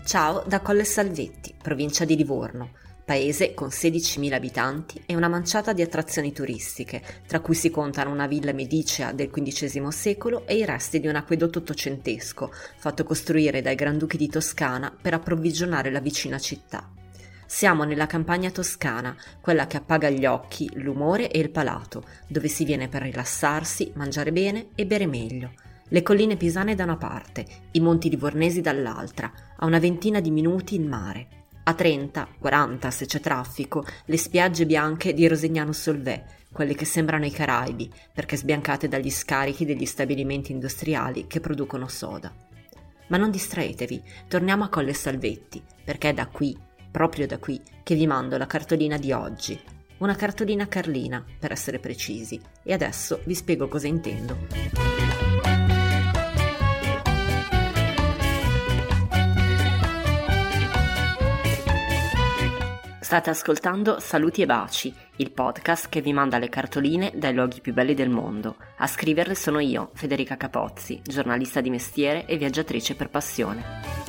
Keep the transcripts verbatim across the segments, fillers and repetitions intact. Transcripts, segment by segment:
Ciao da Colle Salvetti, provincia di Livorno, paese con sedicimila abitanti e una manciata di attrazioni turistiche, tra cui si contano una villa medicea del quindicesimo secolo e i resti di un acquedotto ottocentesco, fatto costruire dai Granduchi di Toscana per approvvigionare la vicina città. Siamo nella campagna toscana, quella che appaga gli occhi, l'umore e il palato, dove si viene per rilassarsi, mangiare bene e bere meglio. Le colline pisane da una parte, i monti livornesi dall'altra, a una ventina di minuti il mare. A trenta, quaranta se c'è traffico, le spiagge bianche di Rosignano Solvay, quelle che sembrano i Caraibi, perché sbiancate dagli scarichi degli stabilimenti industriali che producono soda. Ma non distraetevi, torniamo a Colle Salvetti, perché è da qui, proprio da qui, che vi mando la cartolina di oggi. Una cartolina carlina, per essere precisi, e adesso vi spiego cosa intendo. State ascoltando Saluti e Baci, il podcast che vi manda le cartoline dai luoghi più belli del mondo. A scriverle sono io, Federica Capozzi, giornalista di mestiere e viaggiatrice per passione.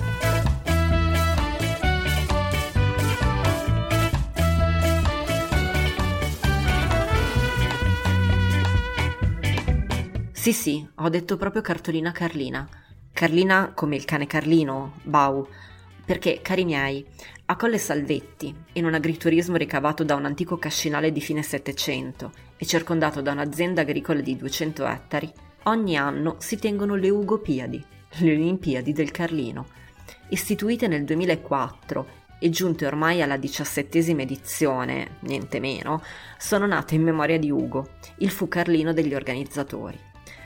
Sì sì, ho detto proprio cartolina carlina. Carlina come il cane Carlino, Bau. Perché, cari miei, a Colle Salvetti, in un agriturismo ricavato da un antico cascinale di fine Settecento e circondato da un'azienda agricola di duecento ettari, ogni anno si tengono le Ugopiadi, le Olimpiadi del Carlino. Istituite nel duemilaquattro e giunte ormai alla diciassettesima edizione, niente meno, sono nate in memoria di Ugo, il fu carlino degli organizzatori.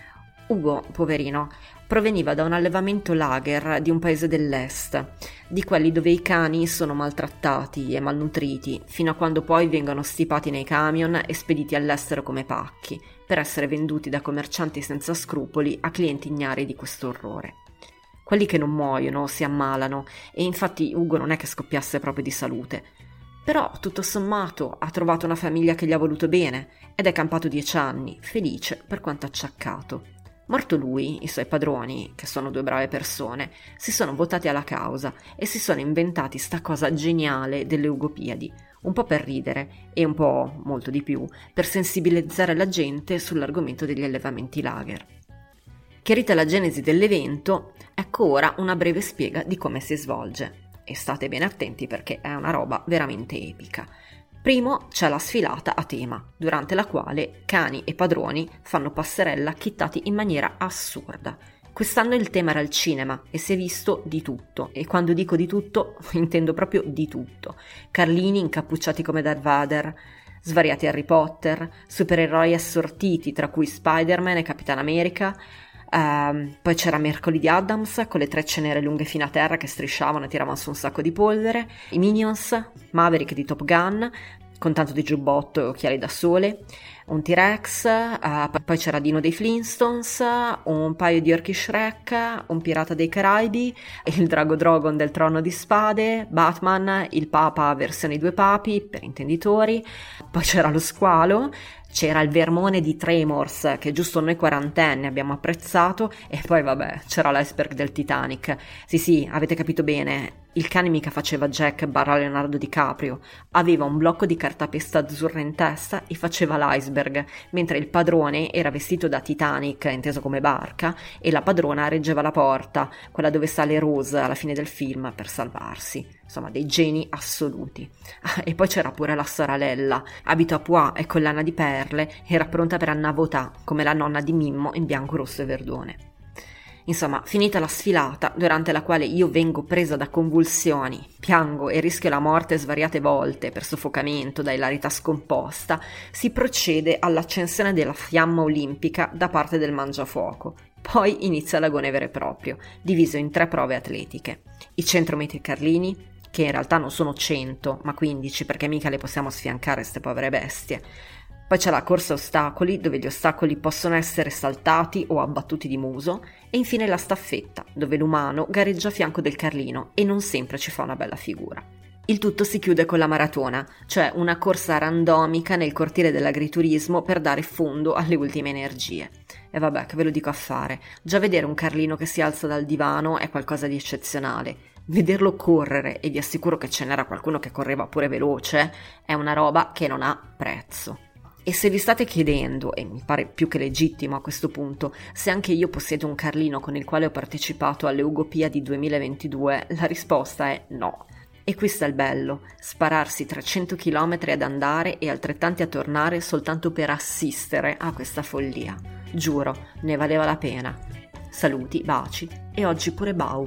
Ugo, poverino, proveniva da un allevamento lager di un paese dell'est, di quelli dove i cani sono maltrattati e malnutriti, fino a quando poi vengono stipati nei camion e spediti all'estero come pacchi, per essere venduti da commercianti senza scrupoli a clienti ignari di questo orrore. Quelli che non muoiono si ammalano, e infatti Ugo non è che scoppiasse proprio di salute. Però, tutto sommato, ha trovato una famiglia che gli ha voluto bene, ed è campato dieci anni, felice per quanto acciaccato. Morto lui, i suoi padroni, che sono due brave persone, si sono votati alla causa e si sono inventati sta cosa geniale delle Ugopiadi, un po' per ridere e un po', molto di più, per sensibilizzare la gente sull'argomento degli allevamenti lager. Chiarita la genesi dell'evento, ecco ora una breve spiega di come si svolge. E state ben attenti perché è una roba veramente epica. Primo c'è la sfilata a tema, durante la quale cani e padroni fanno passerella chittati in maniera assurda. Quest'anno il tema era il cinema e si è visto di tutto, e quando dico di tutto intendo proprio di tutto. Carlini incappucciati come Darth Vader, svariati Harry Potter, supereroi assortiti tra cui Spider-Man e Capitan America. Uh, poi c'era Mercoledì Addams con le trecce nere lunghe fino a terra che strisciavano e tiravano su un sacco di polvere, i Minions, Maverick di Top Gun con tanto di giubbotto e occhiali da sole, un T-Rex, uh, poi c'era Dino dei Flintstones, un paio di orchi Shrek, un pirata dei Caraibi, il drago Drogon del Trono di Spade, Batman, il Papa versione due papi per intenditori, poi c'era lo squalo, c'era il vermone di Tremors che giusto noi quarantenni abbiamo apprezzato, e poi vabbè c'era l'iceberg del Titanic. Sì sì, avete capito bene, il cane mica faceva Jack barra Leonardo DiCaprio, aveva un blocco di cartapesta azzurra in testa e faceva l'iceberg, mentre il padrone era vestito da Titanic, inteso come barca, e la padrona reggeva la porta, quella dove sale Rose alla fine del film per salvarsi. Insomma, dei geni assoluti. Ah, e poi c'era pure la sorella, abito a pois e collana di perle, era pronta per annavotà, come la nonna di Mimmo in bianco, rosso e verdone. Insomma, finita la sfilata, durante la quale io vengo presa da convulsioni, piango e rischio la morte svariate volte per soffocamento da ilarità scomposta, si procede all'accensione della fiamma olimpica da parte del mangiafuoco. Poi inizia l'agone vero e proprio, diviso in tre prove atletiche. I cento metri carlini, che in realtà non sono cento, ma quindici, perché mica le possiamo sfiancare ste povere bestie. Poi c'è la corsa a ostacoli, dove gli ostacoli possono essere saltati o abbattuti di muso, e infine la staffetta, dove l'umano gareggia a fianco del carlino e non sempre ci fa una bella figura. Il tutto si chiude con la maratona, cioè una corsa randomica nel cortile dell'agriturismo per dare fondo alle ultime energie. E vabbè, che ve lo dico a fare. Già vedere un Carlino che si alza dal divano è qualcosa di eccezionale. Vederlo correre, e vi assicuro che ce n'era qualcuno che correva pure veloce, è una roba che non ha prezzo. E se vi state chiedendo, e mi pare più che legittimo a questo punto, se anche io possiedo un Carlino con il quale ho partecipato alle Ugopiadi duemilaventidue, la risposta è no. E questo è il bello, spararsi trecento chilometri ad andare e altrettanti a tornare soltanto per assistere a questa follia. Giuro, ne valeva la pena. Saluti, baci e oggi pure Bau.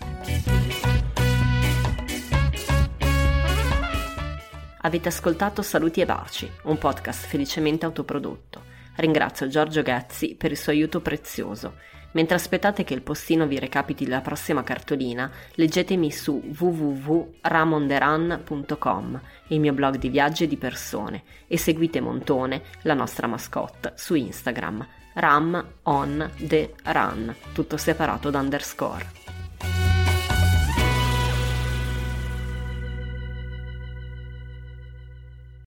Avete ascoltato Saluti e Baci, un podcast felicemente autoprodotto. Ringrazio Giorgio Ghezzi per il suo aiuto prezioso. Mentre aspettate che il postino vi recapiti la prossima cartolina, leggetemi su w w w punto ramonderan punto com, il mio blog di viaggi e di persone, e seguite Montone, la nostra mascotte, su Instagram, ram on the run, tutto separato da underscore.